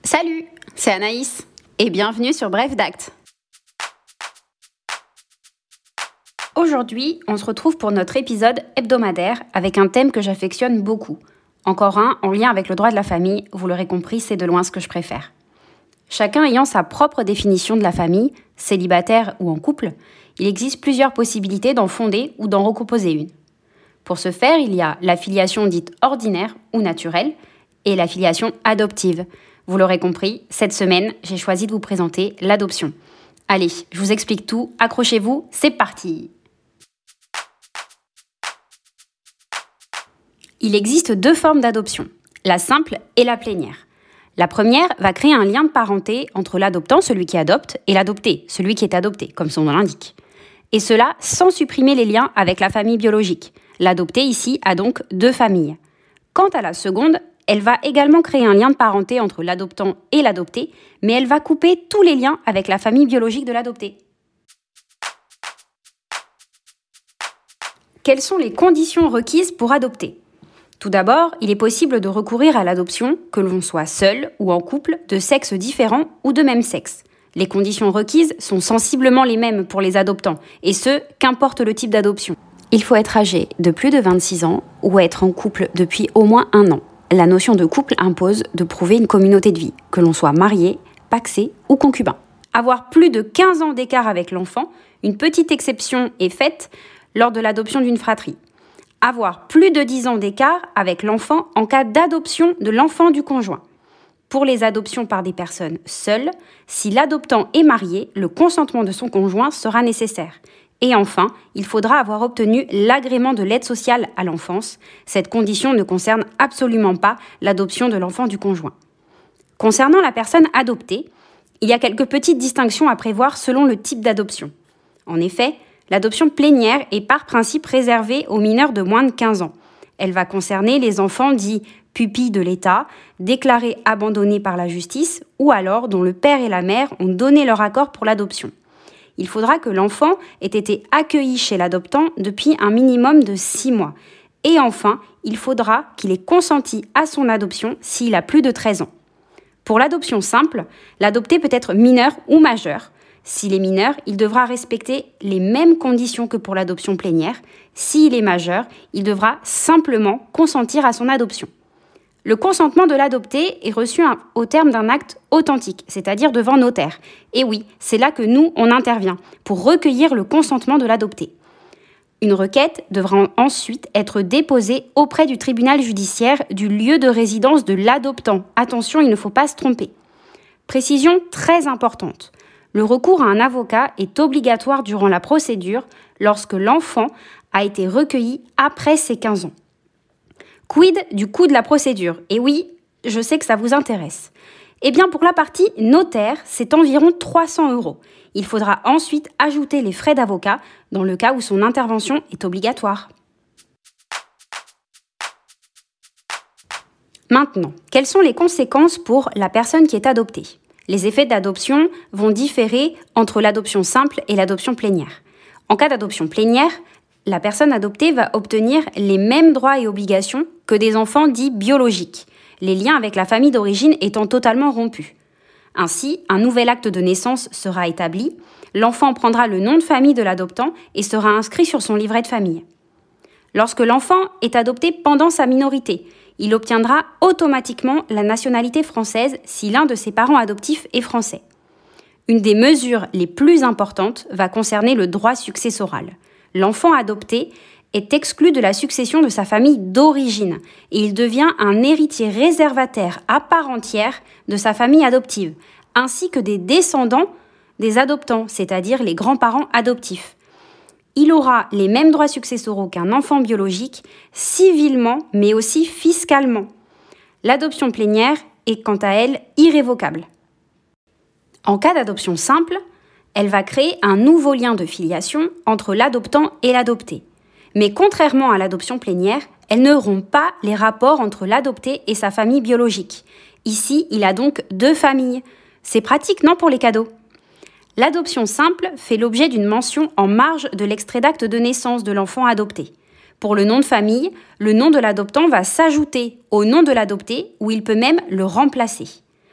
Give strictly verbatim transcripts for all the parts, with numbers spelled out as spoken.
Salut, c'est Anaïs et bienvenue sur Bref d'Acte. Aujourd'hui, on se retrouve pour notre épisode hebdomadaire avec un thème que j'affectionne beaucoup. Encore un en lien avec le droit de la famille, vous l'aurez compris, c'est de loin ce que je préfère. Chacun ayant sa propre définition de la famille, célibataire ou en couple, il existe plusieurs possibilités d'en fonder ou d'en recomposer une. Pour ce faire, il y a la filiation dite ordinaire ou naturelle et la filiation adoptive. Vous l'aurez compris, cette semaine, j'ai choisi de vous présenter l'adoption. Allez, je vous explique tout, accrochez-vous, c'est parti! Il existe deux formes d'adoption, la simple et la plénière. La première va créer un lien de parenté entre l'adoptant, celui qui adopte, et l'adopté, celui qui est adopté, comme son nom l'indique. Et cela sans supprimer les liens avec la famille biologique. L'adopté ici a donc deux familles. Quant à la seconde, elle va également créer un lien de parenté entre l'adoptant et l'adopté, mais elle va couper tous les liens avec la famille biologique de l'adopté. Quelles sont les conditions requises pour adopter ? Tout d'abord, il est possible de recourir à l'adoption, que l'on soit seul ou en couple, de sexe différent ou de même sexe. Les conditions requises sont sensiblement les mêmes pour les adoptants, et ce, qu'importe le type d'adoption. Il faut être âgé de plus de vingt-six ans ou être en couple depuis au moins un an. La notion de couple impose de prouver une communauté de vie, que l'on soit marié, pacsé ou concubin. Avoir plus de quinze ans d'écart avec l'enfant, une petite exception est faite lors de l'adoption d'une fratrie. Avoir plus de dix ans d'écart avec l'enfant en cas d'adoption de l'enfant du conjoint. Pour les adoptions par des personnes seules, si l'adoptant est marié, le consentement de son conjoint sera nécessaire. Et enfin, il faudra avoir obtenu l'agrément de l'aide sociale à l'enfance. Cette condition ne concerne absolument pas l'adoption de l'enfant du conjoint. Concernant la personne adoptée, il y a quelques petites distinctions à prévoir selon le type d'adoption. En effet, l'adoption plénière est par principe réservée aux mineurs de moins de quinze ans. Elle va concerner les enfants dits pupilles de l'État, déclarés abandonnés par la justice ou alors dont le père et la mère ont donné leur accord pour l'adoption. Il faudra que l'enfant ait été accueilli chez l'adoptant depuis un minimum de six mois. Et enfin, il faudra qu'il ait consenti à son adoption s'il a plus de treize ans. Pour l'adoption simple, l'adopté peut être mineur ou majeur. S'il est mineur, il devra respecter les mêmes conditions que pour l'adoption plénière. S'il est majeur, il devra simplement consentir à son adoption. Le consentement de l'adopté est reçu au terme d'un acte authentique, c'est-à-dire devant notaire. Et oui, c'est là que nous, on intervient, pour recueillir le consentement de l'adopté. Une requête devra ensuite être déposée auprès du tribunal judiciaire du lieu de résidence de l'adoptant. Attention, il ne faut pas se tromper. Précision très importante. Le recours à un avocat est obligatoire durant la procédure lorsque l'enfant a été recueilli après ses quinze ans. Quid du coût de la procédure ? Et oui, je sais que ça vous intéresse. Eh bien, pour la partie notaire, c'est environ trois cents euros. Il faudra ensuite ajouter les frais d'avocat dans le cas où son intervention est obligatoire. Maintenant, quelles sont les conséquences pour la personne qui est adoptée ? Les effets d'adoption vont différer entre l'adoption simple et l'adoption plénière. En cas d'adoption plénière, la personne adoptée va obtenir les mêmes droits et obligations que des enfants dits biologiques, les liens avec la famille d'origine étant totalement rompus. Ainsi, un nouvel acte de naissance sera établi, l'enfant prendra le nom de famille de l'adoptant et sera inscrit sur son livret de famille. Lorsque l'enfant est adopté pendant sa minorité, il obtiendra automatiquement la nationalité française si l'un de ses parents adoptifs est français. Une des mesures les plus importantes va concerner le droit successoral. L'enfant adopté est exclu de la succession de sa famille d'origine et il devient un héritier réservataire à part entière de sa famille adoptive, ainsi que des descendants des adoptants, c'est-à-dire les grands-parents adoptifs. Il aura les mêmes droits successoraux qu'un enfant biologique, civilement mais aussi fiscalement. L'adoption plénière est quant à elle irrévocable. En cas d'adoption simple, elle va créer un nouveau lien de filiation entre l'adoptant et l'adopté. Mais contrairement à l'adoption plénière, elle ne rompt pas les rapports entre l'adopté et sa famille biologique. Ici, il a donc deux familles. C'est pratique, non, pour les cadeaux ? L'adoption simple fait l'objet d'une mention en marge de l'extrait d'acte de naissance de l'enfant adopté. Pour le nom de famille, le nom de l'adoptant va s'ajouter au nom de l'adopté ou il peut même le remplacer.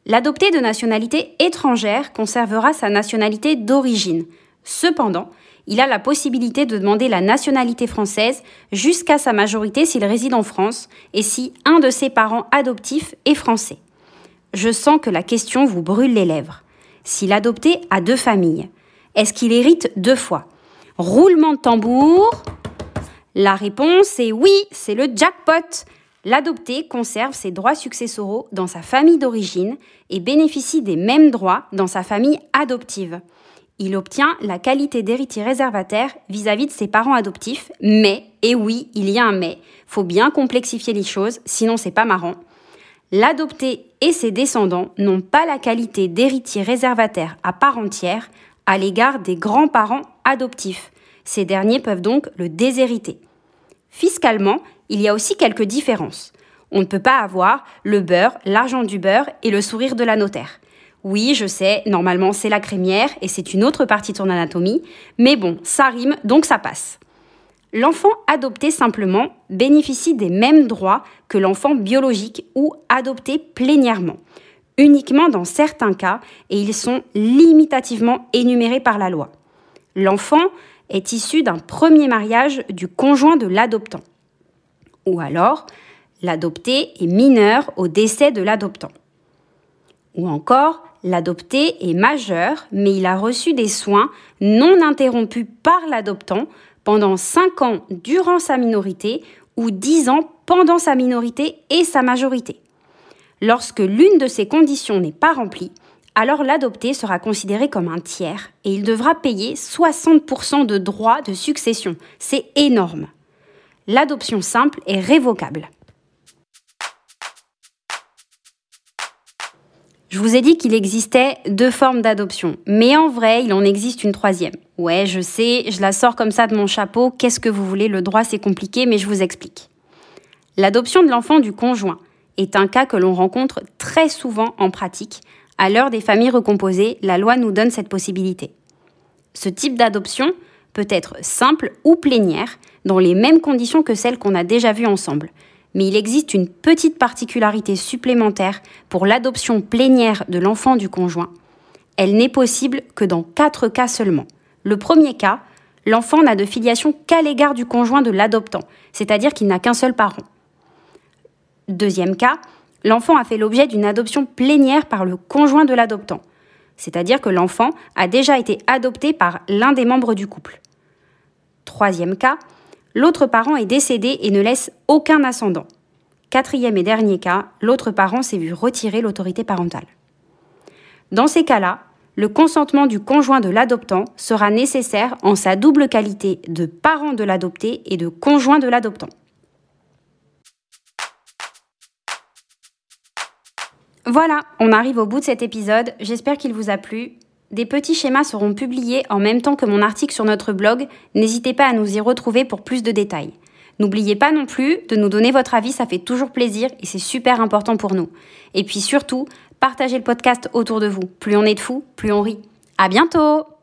L'adopté de nationalité étrangère conservera sa nationalité d'origine. Cependant, il a la possibilité de demander la nationalité française jusqu'à sa majorité s'il réside en France et si un de ses parents adoptifs est français. Je sens que la question vous brûle les lèvres. Si l'adopté a deux familles, est-ce qu'il hérite deux fois ? Roulement de tambour. La réponse est oui, c'est le jackpot. L'adopté conserve ses droits successoraux dans sa famille d'origine et bénéficie des mêmes droits dans sa famille adoptive. Il obtient la qualité d'héritier réservataire vis-à-vis de ses parents adoptifs, mais, et oui, il y a un mais, faut bien complexifier les choses, sinon c'est pas marrant. L'adopté et ses descendants n'ont pas la qualité d'héritier réservataire à part entière à l'égard des grands-parents adoptifs. Ces derniers peuvent donc le déshériter. Fiscalement, il y a aussi quelques différences. On ne peut pas avoir le beurre, l'argent du beurre et le sourire de la notaire. Oui, je sais, normalement c'est la crémière et c'est une autre partie de ton anatomie, mais bon, ça rime, donc ça passe. L'enfant adopté simplement bénéficie des mêmes droits que l'enfant biologique ou adopté plénièrement, uniquement dans certains cas, et ils sont limitativement énumérés par la loi. L'enfant est issu d'un premier mariage du conjoint de l'adoptant. Ou alors, l'adopté est mineur au décès de l'adoptant. Ou encore, l'adopté est majeur, mais il a reçu des soins non interrompus par l'adoptant pendant cinq ans durant sa minorité ou dix ans pendant sa minorité et sa majorité. Lorsque l'une de ces conditions n'est pas remplie, alors l'adopté sera considéré comme un tiers et il devra payer soixante pour cent de droits de succession. C'est énorme. L'adoption simple est révocable. Je vous ai dit qu'il existait deux formes d'adoption, mais en vrai, il en existe une troisième. Ouais, je sais, je la sors comme ça de mon chapeau, qu'est-ce que vous voulez, le droit c'est compliqué, mais je vous explique. L'adoption de l'enfant du conjoint est un cas que l'on rencontre très souvent en pratique. À l'heure des familles recomposées, la loi nous donne cette possibilité. Ce type d'adoption peut être simple ou plénière, dans les mêmes conditions que celles qu'on a déjà vues ensemble. Mais il existe une petite particularité supplémentaire pour l'adoption plénière de l'enfant du conjoint. Elle n'est possible que dans quatre cas seulement. Le premier cas, l'enfant n'a de filiation qu'à l'égard du conjoint de l'adoptant, c'est-à-dire qu'il n'a qu'un seul parent. Deuxième cas, l'enfant a fait l'objet d'une adoption plénière par le conjoint de l'adoptant, c'est-à-dire que l'enfant a déjà été adopté par l'un des membres du couple. Troisième cas, l'autre parent est décédé et ne laisse aucun ascendant. Quatrième et dernier cas, l'autre parent s'est vu retirer l'autorité parentale. Dans ces cas-là, le consentement du conjoint de l'adoptant sera nécessaire en sa double qualité de parent de l'adopté et de conjoint de l'adoptant. Voilà, on arrive au bout de cet épisode, j'espère qu'il vous a plu. Des petits schémas seront publiés en même temps que mon article sur notre blog, n'hésitez pas à nous y retrouver pour plus de détails. N'oubliez pas non plus de nous donner votre avis, ça fait toujours plaisir et c'est super important pour nous. Et puis surtout, partagez le podcast autour de vous. Plus on est de fous, plus on rit. À bientôt!